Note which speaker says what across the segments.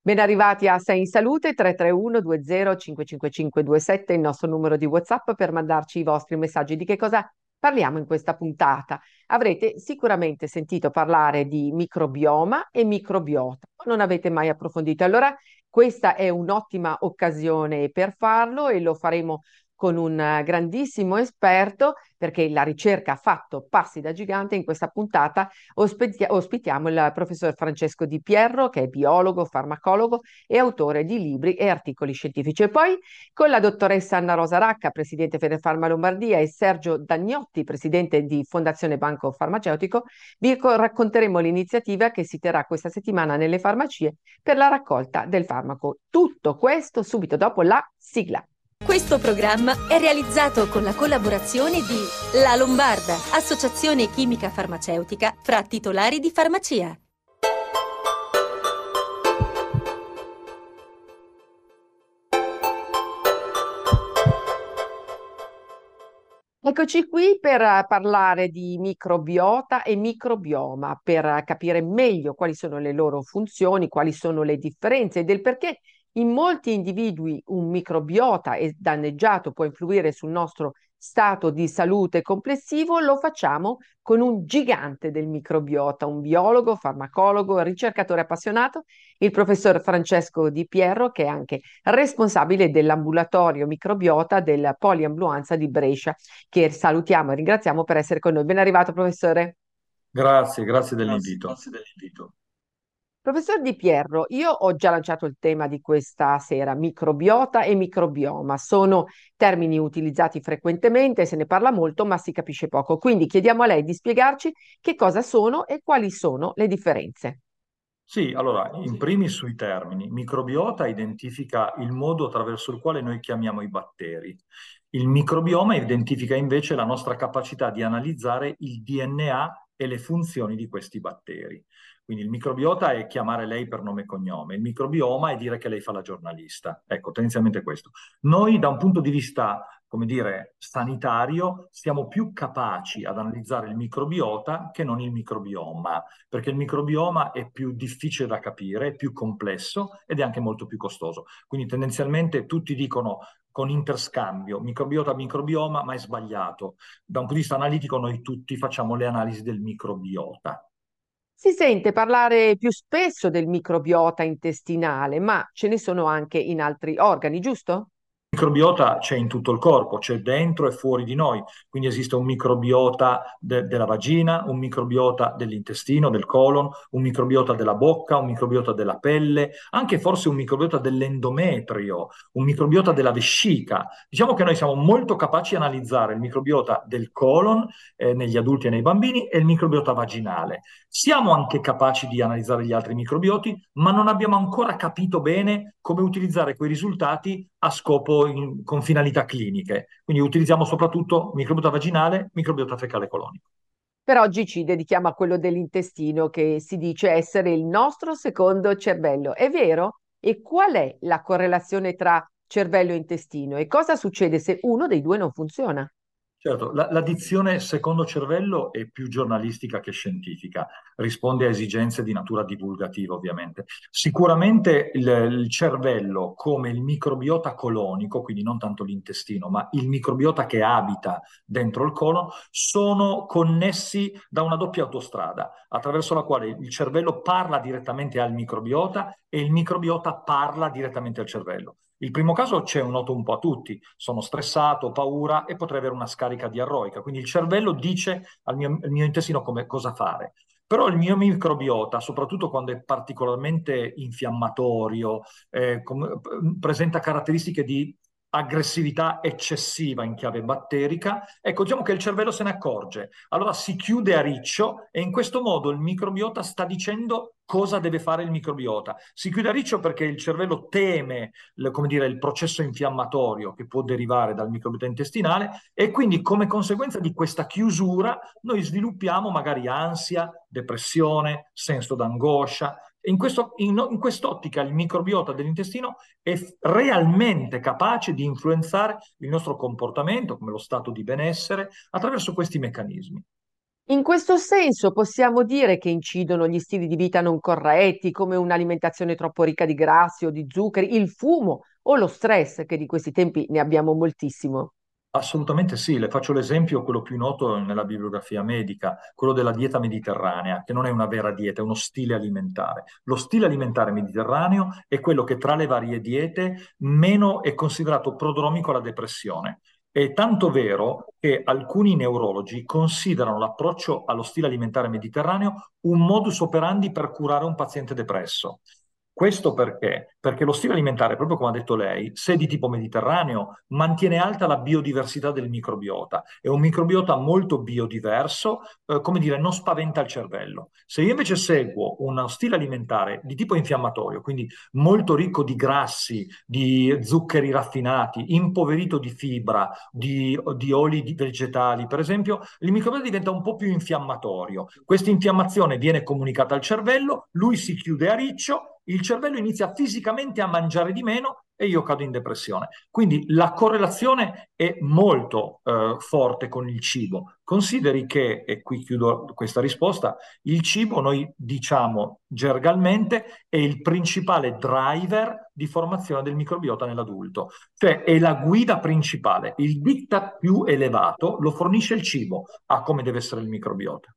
Speaker 1: Ben arrivati a Sei in Salute 331 20 55527, il nostro numero di WhatsApp per mandarci i vostri messaggi. Di che cosa parliamo in questa puntata? Avrete sicuramente sentito parlare di microbioma e microbiota, non avete mai approfondito. Allora, questa è un'ottima occasione per farlo e lo faremo con un grandissimo esperto perché la ricerca ha fatto passi da gigante. In questa puntata ospitiamo il professor Francesco Di Pierro, che è biologo, farmacologo e autore di libri e articoli scientifici. E poi con la dottoressa Anna Rosa Racca, presidente Federfarma Lombardia, e Sergio Dagnotti, presidente di Fondazione Banco Farmaceutico, vi racconteremo l'iniziativa che si terrà questa settimana nelle farmacie per la raccolta del farmaco. Tutto questo subito dopo la sigla.
Speaker 2: Questo programma è realizzato con la collaborazione di La Lombarda, associazione chimica farmaceutica fra titolari di farmacia.
Speaker 1: Eccoci qui per parlare di microbiota e microbioma, per capire meglio quali sono le loro funzioni, quali sono le differenze e del perché in molti individui un microbiota è danneggiato, può influire sul nostro stato di salute complessivo. Lo facciamo con un gigante del microbiota, un biologo, farmacologo, ricercatore appassionato, il professor Francesco Di Pierro, che è anche responsabile dell'ambulatorio microbiota del Poliambulanza di Brescia, che salutiamo e ringraziamo per essere con noi. Ben arrivato, professore.
Speaker 3: Grazie, grazie dell'invito.
Speaker 1: Professor Di Pierro, io ho già lanciato il tema di questa sera, microbiota e microbioma. Sono termini utilizzati frequentemente, se ne parla molto, ma si capisce poco. Quindi chiediamo a lei di spiegarci che cosa sono e quali sono le differenze.
Speaker 3: Sì, allora, in primis sui termini, microbiota identifica il modo attraverso il quale noi chiamiamo i batteri. Il microbioma identifica invece la nostra capacità di analizzare il DNA e le funzioni di questi batteri. Quindi il microbiota è chiamare lei per nome e cognome, il microbioma è dire che lei fa la giornalista. Ecco, tendenzialmente questo. Noi da un punto di vista, come dire, sanitario, siamo più capaci ad analizzare il microbiota che non il microbioma, perché il microbioma è più difficile da capire, è più complesso ed è anche molto più costoso. Quindi tendenzialmente tutti dicono con interscambio microbiota microbioma, ma è sbagliato. Da un punto di vista analitico noi tutti facciamo le analisi del microbiota.
Speaker 1: Si sente parlare più spesso del microbiota intestinale, ma ce ne sono anche in altri organi, giusto?
Speaker 3: Il microbiota c'è in tutto il corpo, c'è dentro e fuori di noi, quindi esiste un microbiota della vagina, un microbiota dell'intestino, del colon, un microbiota della bocca, un microbiota della pelle, anche forse un microbiota dell'endometrio, un microbiota della vescica. Diciamo che noi siamo molto capaci di analizzare il microbiota del colon negli adulti e nei bambini e il microbiota vaginale. Siamo anche capaci di analizzare gli altri microbioti, ma non abbiamo ancora capito bene come utilizzare quei risultati a scopo con finalità cliniche. Quindi utilizziamo soprattutto microbiota vaginale, microbiota fecale colonico.
Speaker 1: Per oggi ci dedichiamo a quello dell'intestino, che si dice essere il nostro secondo cervello. È vero? E qual è la correlazione tra cervello e intestino? E cosa succede se uno dei due non funziona?
Speaker 3: Certo, la dizione secondo cervello è più giornalistica che scientifica, risponde a esigenze di natura divulgativa ovviamente. Sicuramente il cervello, come il microbiota colonico, quindi non tanto l'intestino, ma il microbiota che abita dentro il colon, sono connessi da una doppia autostrada, attraverso la quale il cervello parla direttamente al microbiota e il microbiota parla direttamente al cervello. Il primo caso c'è un noto un po' a tutti, sono stressato, ho paura e potrei avere una scarica diarroica, quindi il cervello dice al mio intestino cosa fare. Però il mio microbiota, soprattutto quando è particolarmente infiammatorio, presenta caratteristiche di aggressività eccessiva in chiave batterica, ecco, diciamo che il cervello se ne accorge. Allora si chiude a riccio e in questo modo il microbiota sta dicendo cosa deve fare il microbiota. Si chiude a riccio perché il cervello teme, come dire, il processo infiammatorio che può derivare dal microbiota intestinale e quindi come conseguenza di questa chiusura noi sviluppiamo magari ansia, depressione, senso d'angoscia. In quest'ottica il microbiota dell'intestino è realmente capace di influenzare il nostro comportamento, come lo stato di benessere, attraverso questi meccanismi.
Speaker 1: In questo senso possiamo dire che incidono gli stili di vita non corretti, come un'alimentazione troppo ricca di grassi o di zuccheri, il fumo o lo stress, che di questi tempi ne abbiamo moltissimo.
Speaker 3: Assolutamente sì, le faccio l'esempio, quello più noto nella bibliografia medica, quello della dieta mediterranea, che non è una vera dieta, è uno stile alimentare. Lo stile alimentare mediterraneo è quello che tra le varie diete meno è considerato prodromico alla depressione. È tanto vero che alcuni neurologi considerano l'approccio allo stile alimentare mediterraneo un modus operandi per curare un paziente depresso. Questo perché? Perché lo stile alimentare, proprio come ha detto lei, se di tipo mediterraneo, mantiene alta la biodiversità del microbiota. È un microbiota molto biodiverso, come dire, non spaventa il cervello. Se io invece seguo uno stile alimentare di tipo infiammatorio, quindi molto ricco di grassi, di zuccheri raffinati, impoverito di fibra, di oli vegetali, per esempio, il microbiota diventa un po' più infiammatorio. Questa infiammazione viene comunicata al cervello, lui si chiude a riccio, il cervello inizia fisicamente a mangiare di meno e io cado in depressione. Quindi la correlazione è molto forte con il cibo. Consideri che, e qui chiudo questa risposta, il cibo, noi diciamo gergalmente, è il principale driver di formazione del microbiota nell'adulto, cioè è la guida principale. Il diktat più elevato lo fornisce il cibo a come deve essere il microbiota.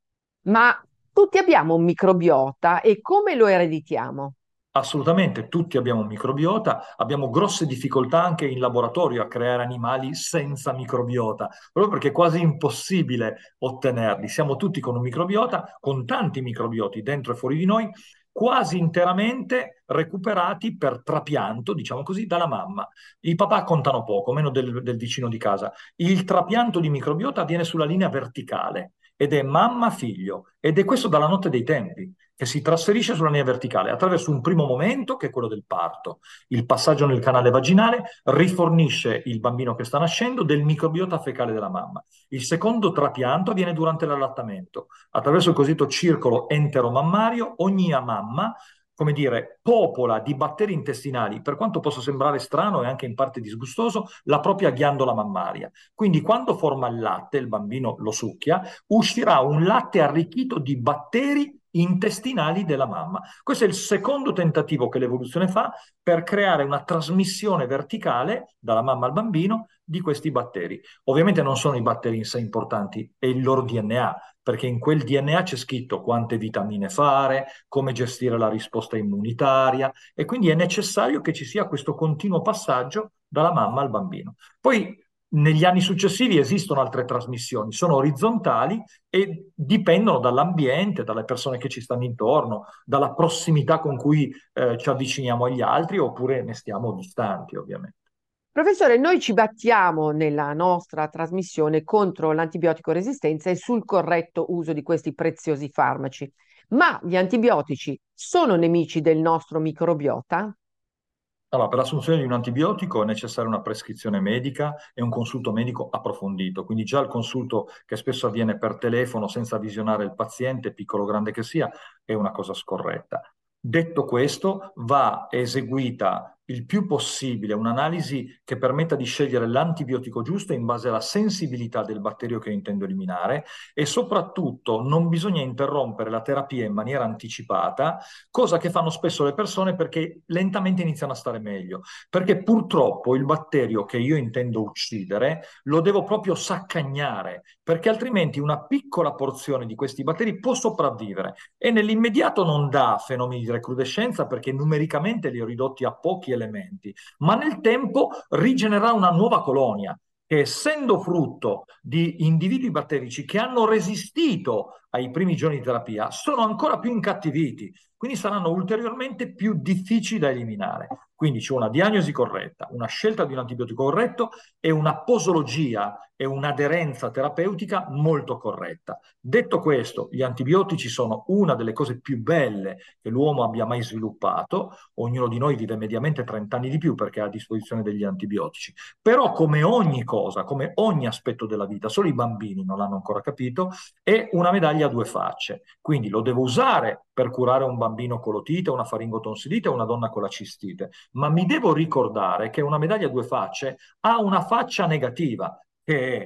Speaker 1: Ma tutti abbiamo un microbiota e come lo ereditiamo?
Speaker 3: Assolutamente, tutti abbiamo un microbiota, abbiamo grosse difficoltà anche in laboratorio a creare animali senza microbiota, proprio perché è quasi impossibile ottenerli. Siamo tutti con un microbiota, con tanti microbioti dentro e fuori di noi, quasi interamente recuperati per trapianto, diciamo così, dalla mamma. I papà contano poco, meno del vicino di casa. Il trapianto di microbiota avviene sulla linea verticale ed è mamma-figlio, ed è questo dalla notte dei tempi che si trasferisce sulla linea verticale attraverso un primo momento che è quello del parto. Il passaggio nel canale vaginale rifornisce il bambino che sta nascendo del microbiota fecale della mamma. Il secondo trapianto avviene durante l'allattamento. Attraverso il cosiddetto circolo enteromammario, ogni mamma, come dire, popola di batteri intestinali, per quanto possa sembrare strano e anche in parte disgustoso, la propria ghiandola mammaria. Quindi quando forma il latte, il bambino lo succhia, uscirà un latte arricchito di batteri intestinali della mamma. Questo è il secondo tentativo che l'evoluzione fa per creare una trasmissione verticale dalla mamma al bambino di questi batteri. Ovviamente non sono i batteri in sé importanti, è il loro DNA, perché in quel DNA c'è scritto quante vitamine fare, come gestire la risposta immunitaria e quindi è necessario che ci sia questo continuo passaggio dalla mamma al bambino. Poi negli anni successivi esistono altre trasmissioni, sono orizzontali e dipendono dall'ambiente, dalle persone che ci stanno intorno, dalla prossimità con cui ci avviciniamo agli altri oppure ne stiamo distanti, ovviamente.
Speaker 1: Professore, noi ci battiamo nella nostra trasmissione contro l'antibiotico resistenza e sul corretto uso di questi preziosi farmaci, ma gli antibiotici sono nemici del nostro microbiota?
Speaker 3: Allora, per l'assunzione di un antibiotico è necessaria una prescrizione medica e un consulto medico approfondito, quindi già il consulto che spesso avviene per telefono senza visionare il paziente, piccolo o grande che sia, è una cosa scorretta. Detto questo, va eseguita il più possibile un'analisi che permetta di scegliere l'antibiotico giusto in base alla sensibilità del batterio che intendo eliminare e soprattutto non bisogna interrompere la terapia in maniera anticipata, cosa che fanno spesso le persone perché lentamente iniziano a stare meglio, perché purtroppo il batterio che io intendo uccidere lo devo proprio saccagnare, perché altrimenti una piccola porzione di questi batteri può sopravvivere e nell'immediato non dà fenomeni di recrudescenza perché numericamente li ho ridotti a pochi elementi, ma nel tempo rigenererà una nuova colonia che essendo frutto di individui batterici che hanno resistito ai primi giorni di terapia, sono ancora più incattiviti, quindi saranno ulteriormente più difficili da eliminare. Quindi c'è una diagnosi corretta, una scelta di un antibiotico corretto e una posologia e un'aderenza terapeutica molto corretta. Detto questo, gli antibiotici sono una delle cose più belle che l'uomo abbia mai sviluppato, ognuno di noi vive mediamente 30 anni di più perché ha a disposizione degli antibiotici, però come ogni cosa, come ogni aspetto della vita, solo i bambini non l'hanno ancora capito, è una medaglia a due facce, quindi lo devo usare per curare un bambino con l'otite, una faringotonsillite o una donna con la cistite, ma mi devo ricordare che una medaglia a due facce ha una faccia negativa, che è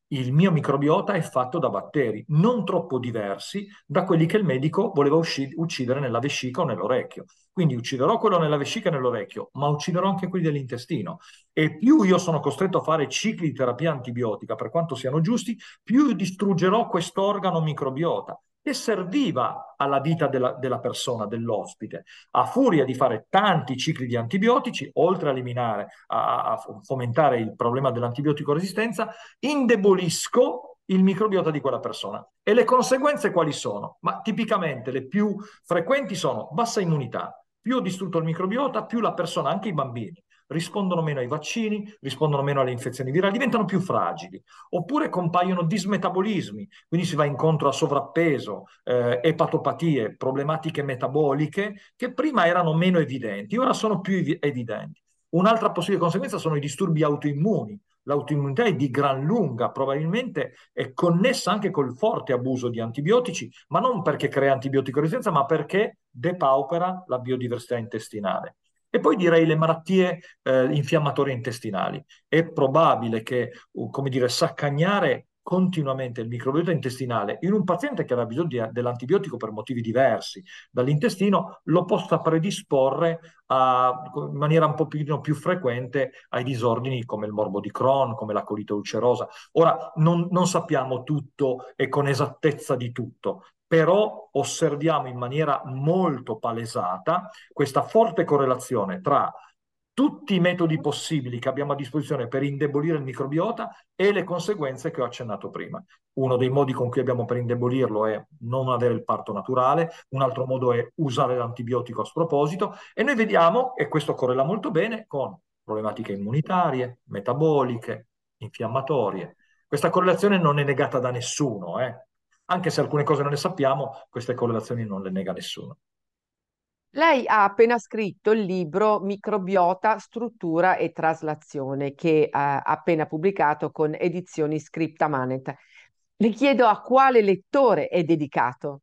Speaker 3: il mio microbiota è fatto da batteri non troppo diversi da quelli che il medico voleva uccidere nella vescica o nell'orecchio. Quindi ucciderò quello nella vescica e nell'orecchio, ma ucciderò anche quelli dell'intestino. E più io sono costretto a fare cicli di terapia antibiotica, per quanto siano giusti, più distruggerò quest'organo microbiota che serviva alla vita della persona, dell'ospite. A furia di fare tanti cicli di antibiotici, oltre a eliminare, a fomentare il problema dell'antibiotico resistenza, indebolisco il microbiota di quella persona. E le conseguenze quali sono? Ma tipicamente le più frequenti sono bassa immunità. Più ho distrutto il microbiota, più la persona, anche i bambini, rispondono meno ai vaccini, rispondono meno alle infezioni virali, diventano più fragili. Oppure compaiono dismetabolismi, quindi si va incontro a sovrappeso, epatopatie, problematiche metaboliche che prima erano meno evidenti, ora sono più evidenti. Un'altra possibile conseguenza sono i disturbi autoimmuni. L'autoimmunità è di gran lunga, probabilmente è connessa anche col forte abuso di antibiotici, ma non perché crea antibiotico resistenza, ma perché depaupera la biodiversità intestinale. E poi direi le malattie infiammatorie intestinali. È probabile che, come dire, saccagnare continuamente il microbiota intestinale in un paziente che aveva bisogno dell'antibiotico per motivi diversi dall'intestino lo possa predisporre in maniera un po' più frequente ai disordini come il morbo di Crohn, come la colite ulcerosa. Ora, non sappiamo tutto e con esattezza di tutto, però osserviamo in maniera molto palesata questa forte correlazione tra tutti i metodi possibili che abbiamo a disposizione per indebolire il microbiota e le conseguenze che ho accennato prima. Uno dei modi con cui abbiamo per indebolirlo è non avere il parto naturale, un altro modo è usare l'antibiotico a sproposito e noi vediamo, e questo correla molto bene, con problematiche immunitarie, metaboliche, infiammatorie. Questa correlazione non è negata da nessuno, anche se alcune cose non le sappiamo, queste correlazioni non le nega nessuno.
Speaker 1: Lei ha appena scritto il libro Microbiota, struttura e traslazione che ha appena pubblicato con edizioni Scripta Manet. Le chiedo a quale lettore è dedicato.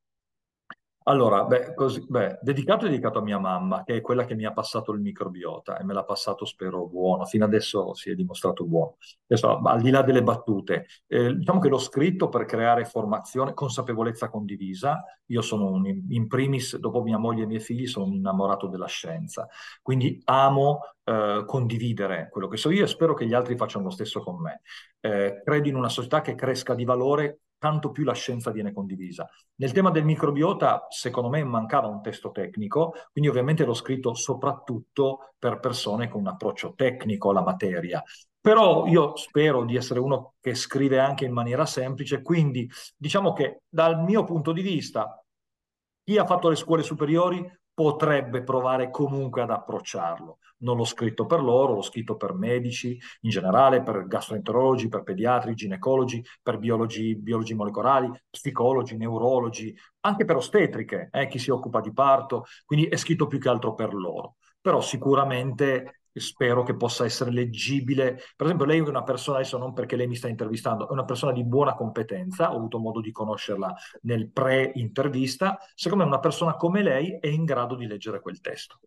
Speaker 3: Allora, dedicato è dedicato a mia mamma, che è quella che mi ha passato il microbiota e me l'ha passato, spero, buono. Fino adesso si è dimostrato buono. Adesso, al di là delle battute, diciamo che l'ho scritto per creare formazione, consapevolezza condivisa. Io sono in primis, dopo mia moglie e i miei figli, sono un innamorato della scienza. Quindi amo condividere quello che so io e spero che gli altri facciano lo stesso con me. Credo in una società che cresca di valore tanto più la scienza viene condivisa. Nel tema del microbiota, secondo me, mancava un testo tecnico, quindi ovviamente l'ho scritto soprattutto per persone con un approccio tecnico alla materia. Però io spero di essere uno che scrive anche in maniera semplice, quindi diciamo che dal mio punto di vista, chi ha fatto le scuole superiori potrebbe provare comunque ad approcciarlo. Non l'ho scritto per loro, l'ho scritto per medici in generale, per gastroenterologi, per pediatri, ginecologi, per biologi molecolari, psicologi, neurologi, anche per ostetriche, chi si occupa di parto, quindi è scritto più che altro per loro. Però sicuramente spero che possa essere leggibile. Per esempio, lei è una persona, adesso non perché lei mi sta intervistando, è una persona di buona competenza, ho avuto modo di conoscerla nel pre-intervista, secondo me una persona come lei è in grado di leggere quel testo.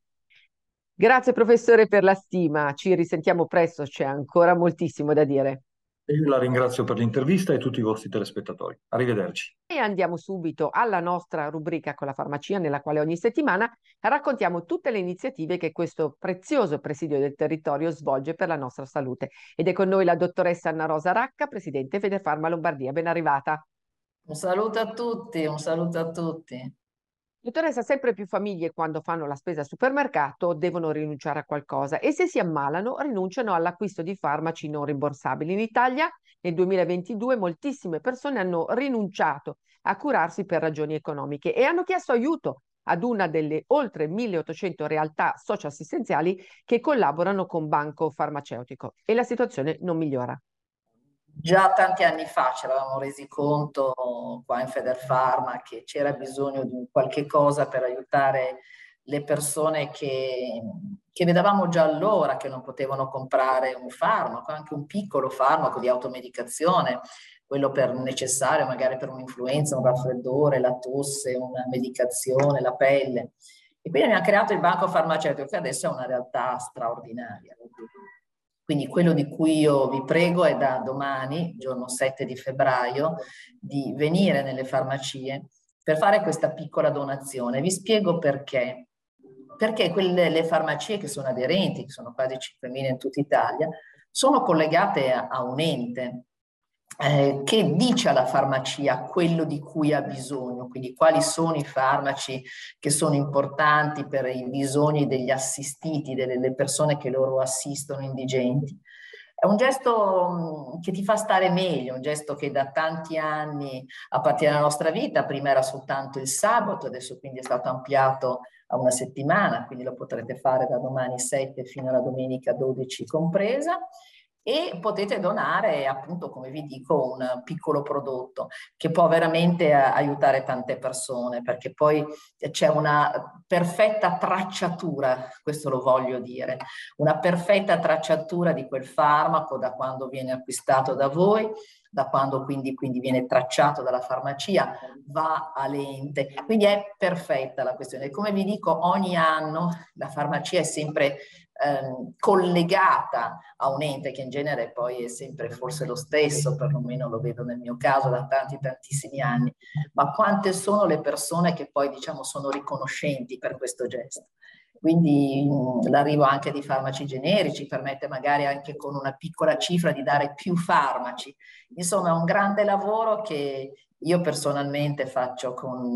Speaker 1: Grazie professore per la stima, ci risentiamo presto, c'è ancora moltissimo da dire.
Speaker 3: E io la ringrazio per l'intervista e tutti i vostri telespettatori. Arrivederci.
Speaker 1: E andiamo subito alla nostra rubrica con la farmacia, nella quale ogni settimana raccontiamo tutte le iniziative che questo prezioso presidio del territorio svolge per la nostra salute. Ed è con noi la dottoressa Anna Rosa Racca, presidente Federfarma Lombardia. Ben arrivata.
Speaker 4: Un saluto a tutti, un saluto a tutti.
Speaker 1: Dottoressa, sempre più famiglie quando fanno la spesa al supermercato devono rinunciare a qualcosa e se si ammalano rinunciano all'acquisto di farmaci non rimborsabili. In Italia nel 2022 moltissime persone hanno rinunciato a curarsi per ragioni economiche e hanno chiesto aiuto ad una delle oltre 1800 realtà socioassistenziali che collaborano con Banco Farmaceutico e la situazione non migliora.
Speaker 4: Già tanti anni fa ci eravamo resi conto qua in Federfarma che c'era bisogno di qualche cosa per aiutare le persone che vedevamo già allora che non potevano comprare un farmaco, anche un piccolo farmaco di automedicazione, quello necessario magari per un'influenza, un raffreddore, la tosse, una medicazione, la pelle. E quindi abbiamo creato il Banco Farmaceutico, che adesso è una realtà straordinaria. Quindi quello di cui io vi prego è da domani, giorno 7 di febbraio, di venire nelle farmacie per fare questa piccola donazione. Vi spiego perché. Perché le farmacie che sono aderenti, che sono quasi 5.000 in tutta Italia, sono collegate a un ente che dice alla farmacia quello di cui ha bisogno, quindi quali sono i farmaci che sono importanti per i bisogni degli assistiti, delle persone che loro assistono indigenti. È un gesto che ti fa stare meglio, un gesto che da tanti anni appartiene alla nostra vita. Prima era soltanto il sabato, adesso quindi è stato ampliato a una settimana, quindi lo potrete fare da domani 7 fino alla domenica 12 compresa. E potete donare, appunto, come vi dico, un piccolo prodotto che può veramente aiutare tante persone, perché poi c'è una perfetta tracciatura, questo lo voglio dire, una perfetta tracciatura di quel farmaco da quando viene acquistato da voi, da quando quindi viene tracciato dalla farmacia, va all'ente. Quindi è perfetta la questione. Come vi dico, ogni anno la farmacia è sempre collegata a un ente che in genere poi è sempre forse lo stesso, perlomeno lo vedo nel mio caso da tantissimi anni, ma quante sono le persone che poi diciamo sono riconoscenti per questo gesto. Quindi l'arrivo anche di farmaci generici permette magari anche con una piccola cifra di dare più farmaci. Insomma, è un grande lavoro che io personalmente faccio con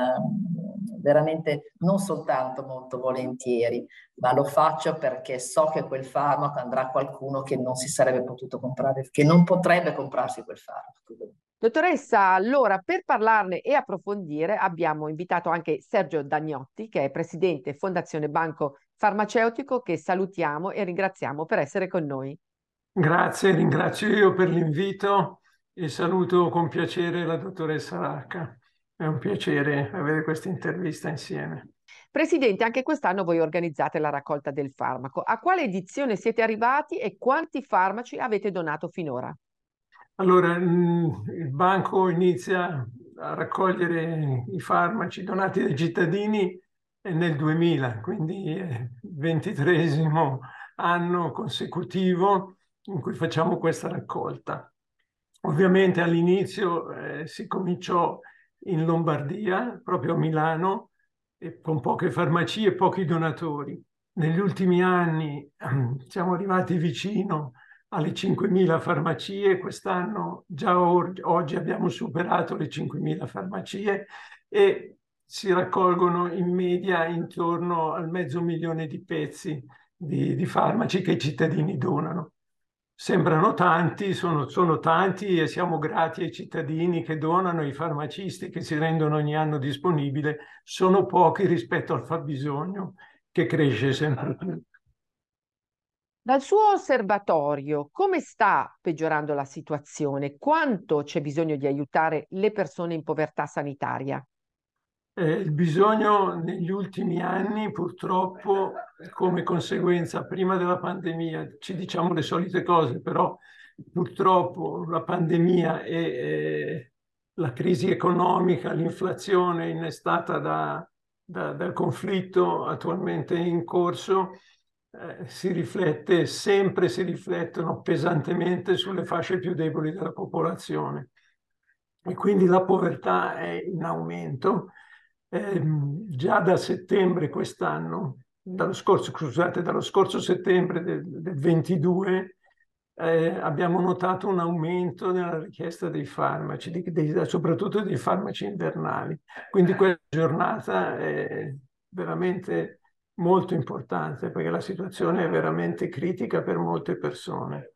Speaker 4: veramente non soltanto molto volentieri, ma lo faccio perché so che quel farmaco andrà a qualcuno che non si sarebbe potuto comprare, che non potrebbe comprarsi quel farmaco.
Speaker 1: Dottoressa, allora per parlarne e approfondire abbiamo invitato anche Sergio Dagnotti, che è presidente Fondazione Banco Farmaceutico, che salutiamo e ringraziamo per essere con noi.
Speaker 5: Grazie, ringrazio io per l'invito e saluto con piacere la dottoressa Racca. È un piacere avere questa intervista insieme.
Speaker 1: Presidente, anche quest'anno voi organizzate la raccolta del farmaco. A quale edizione siete arrivati e quanti farmaci avete donato finora?
Speaker 5: Allora, il banco inizia a raccogliere i farmaci donati dai cittadini nel 2000, quindi è il 23° anno consecutivo in cui facciamo questa raccolta. Ovviamente all'inizio si cominciò in Lombardia, proprio a Milano, e con poche farmacie e pochi donatori. Negli ultimi anni siamo arrivati vicino alle 5.000 farmacie, quest'anno già oggi abbiamo superato le 5.000 farmacie e si raccolgono in media intorno al 500.000 di pezzi di farmaci che i cittadini donano. Sembrano tanti, sono tanti e siamo grati ai cittadini che donano, ai farmacisti che si rendono ogni anno disponibile, sono pochi rispetto al fabbisogno che cresce sempre più.
Speaker 1: Dal suo osservatorio, come sta peggiorando la situazione? Quanto c'è bisogno di aiutare le persone in povertà sanitaria?
Speaker 5: Il bisogno negli ultimi anni, purtroppo, come conseguenza, prima della pandemia, ci diciamo le solite cose, però purtroppo la pandemia e la crisi economica, l'inflazione innestata dal conflitto attualmente in corso, si riflettono pesantemente sulle fasce più deboli della popolazione. E quindi la povertà è in aumento. Già da settembre quest'anno, dallo scorso settembre del 22, abbiamo notato un aumento nella richiesta dei farmaci, soprattutto dei farmaci invernali. Quindi quella giornata è veramente molto importante perché la situazione è veramente critica per molte persone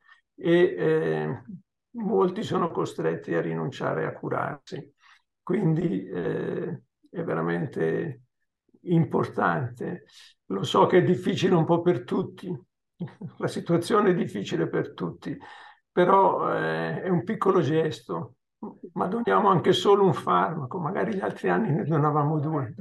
Speaker 5: e molti sono costretti a rinunciare a curarsi. Quindi è veramente importante. Lo so che è difficile un po' per tutti, la situazione è difficile per tutti, però è un piccolo gesto, ma doniamo anche solo un farmaco, magari gli altri anni ne donavamo due,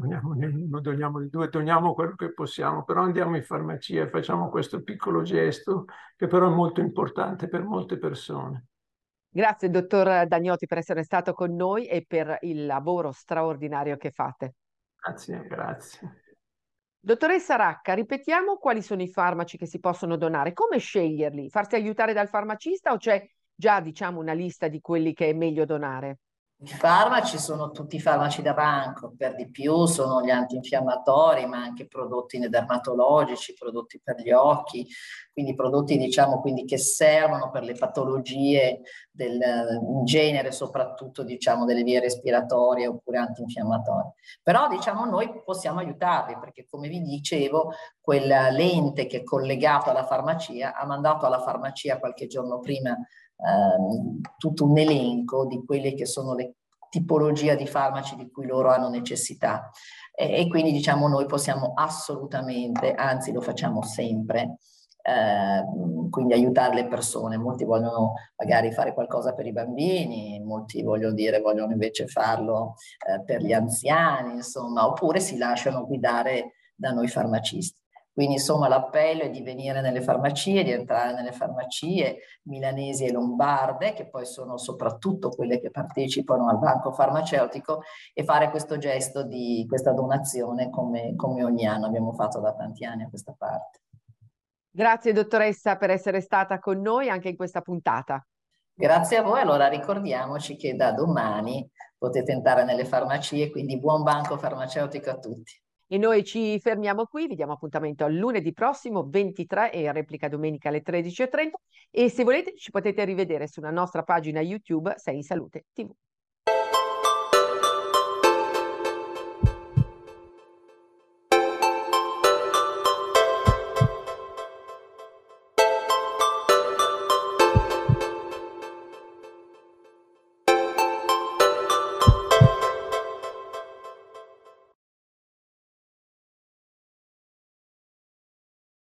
Speaker 5: doniamo quello che possiamo, però andiamo in farmacia e facciamo questo piccolo gesto che però è molto importante per molte persone.
Speaker 1: Grazie, dottor Dagnotti, per essere stato con noi e per il lavoro straordinario che fate.
Speaker 5: Grazie, grazie.
Speaker 1: Dottoressa Racca, ripetiamo quali sono i farmaci che si possono donare, come sceglierli? Farsi aiutare dal farmacista o c'è già, diciamo, una lista di quelli che è meglio donare?
Speaker 4: I farmaci sono tutti i farmaci da banco, per di più sono gli antinfiammatori, ma anche prodotti dermatologici, prodotti per gli occhi, quindi prodotti diciamo quindi che servono per le patologie in genere, soprattutto diciamo delle vie respiratorie oppure antinfiammatorie. Però diciamo noi possiamo aiutarvi perché come vi dicevo quell'ente che è collegato alla farmacia ha mandato alla farmacia qualche giorno prima tutto un elenco di quelle che sono le tipologie di farmaci di cui loro hanno necessità e quindi diciamo noi possiamo assolutamente, anzi lo facciamo sempre, quindi aiutare le persone. Molti vogliono magari fare qualcosa per i bambini, molti vogliono invece farlo per gli anziani, insomma, oppure si lasciano guidare da noi farmacisti. Quindi insomma l'appello è di venire nelle farmacie, di entrare nelle farmacie milanesi e lombarde, che poi sono soprattutto quelle che partecipano al banco farmaceutico, e fare questo gesto di questa donazione come ogni anno abbiamo fatto da tanti anni a questa parte.
Speaker 1: Grazie dottoressa per essere stata con noi anche in questa puntata.
Speaker 4: Grazie a voi, allora ricordiamoci che da domani potete entrare nelle farmacie, quindi buon banco farmaceutico a tutti.
Speaker 1: E noi ci fermiamo qui, vi diamo appuntamento al lunedì prossimo 23 e replica domenica alle 13:30 e se volete ci potete rivedere sulla nostra pagina YouTube Sei in Salute TV.